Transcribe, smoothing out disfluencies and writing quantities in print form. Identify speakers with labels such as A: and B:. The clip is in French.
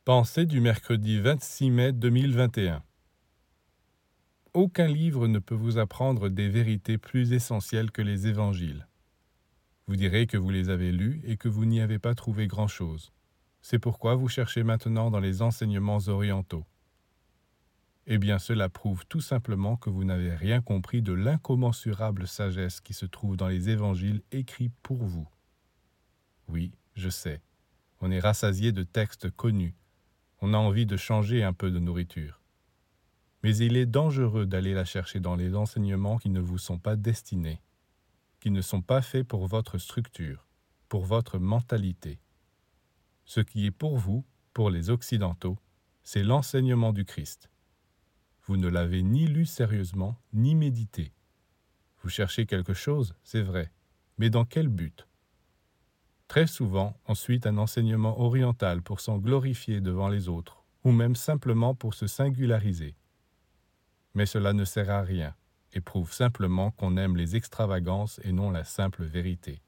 A: Pensée du mercredi 26 mai 2021. Aucun livre ne peut vous apprendre des vérités plus essentielles que les évangiles. Vous direz que vous les avez lus et que vous n'y avez pas trouvé grand-chose. C'est pourquoi vous cherchez maintenant dans les enseignements orientaux. Eh bien, cela prouve tout simplement que vous n'avez rien compris de l'incommensurable sagesse qui se trouve dans les évangiles écrits pour vous. Oui, je sais, on est rassasié de textes connus. On a envie de changer un peu de nourriture. Mais il est dangereux d'aller la chercher dans les enseignements qui ne vous sont pas destinés, qui ne sont pas faits pour votre structure, pour votre mentalité. Ce qui est pour vous, pour les Occidentaux, c'est l'enseignement du Christ. Vous ne l'avez ni lu sérieusement, ni médité. Vous cherchez quelque chose, c'est vrai, mais dans quel but ? Très souvent, on suit un enseignement oriental pour s'en glorifier devant les autres, ou même simplement pour se singulariser. Mais cela ne sert à rien, et prouve simplement qu'on aime les extravagances et non la simple vérité.